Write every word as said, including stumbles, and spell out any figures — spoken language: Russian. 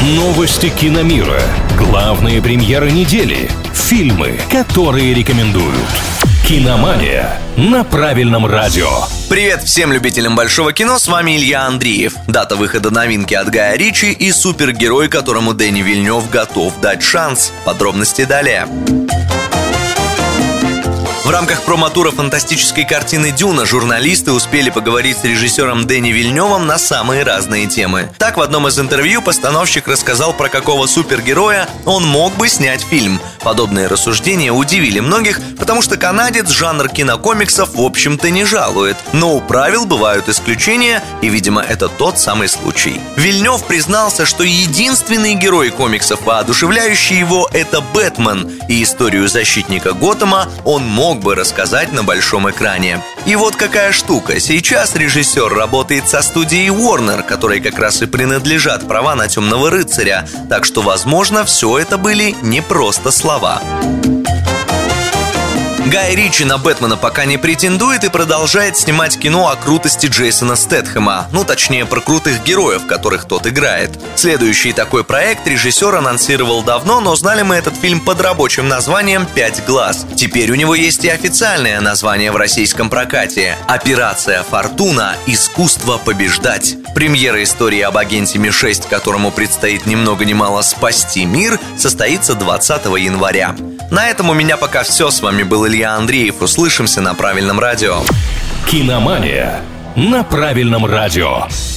Новости киномира. Главные премьеры недели. Фильмы, которые рекомендуют. Киномания на правильном радио. Привет всем любителям большого кино, с вами Илья Андреев. Дата выхода новинки от Гая Ричи и супергерой, которому Дэни Вильнёв готов дать шанс. Подробности далее. В рамках промо-тура фантастической картины «Дюна» журналисты успели поговорить с режиссером Дэни Вильнёвым на самые разные темы. Так, в одном из интервью постановщик рассказал, про какого супергероя он мог бы снять фильм. Подобные рассуждения удивили многих, потому что канадец жанр кинокомиксов в общем-то не жалует. Но у правил бывают исключения, и, видимо, это тот самый случай. Вильнёв признался, что единственный герой комиксов, воодушевляющий его, это Бэтмен, и историю защитника Готэма он мог бы рассказать на большом экране. И вот какая штука. Сейчас режиссер работает со студией Warner, которой как раз и принадлежат права на Темного рыцаря. Так что, возможно, все это были не просто слова. Гай Ричи на Бэтмена пока не претендует и продолжает снимать кино о крутости Джейсона Стэтхэма. Ну, точнее, про крутых героев, которых тот играет. Следующий такой проект режиссер анонсировал давно, но знали мы этот фильм под рабочим названием «Пять глаз». Теперь у него есть и официальное название в российском прокате – «Операция Фортуна. Искусство побеждать». Премьера истории об агенте Ми шесть, которому предстоит ни много ни мало спасти мир, состоится двадцатого января. На этом у меня пока все. С вами был Илья Андреев. Услышимся на правильном радио. Киномания на правильном радио.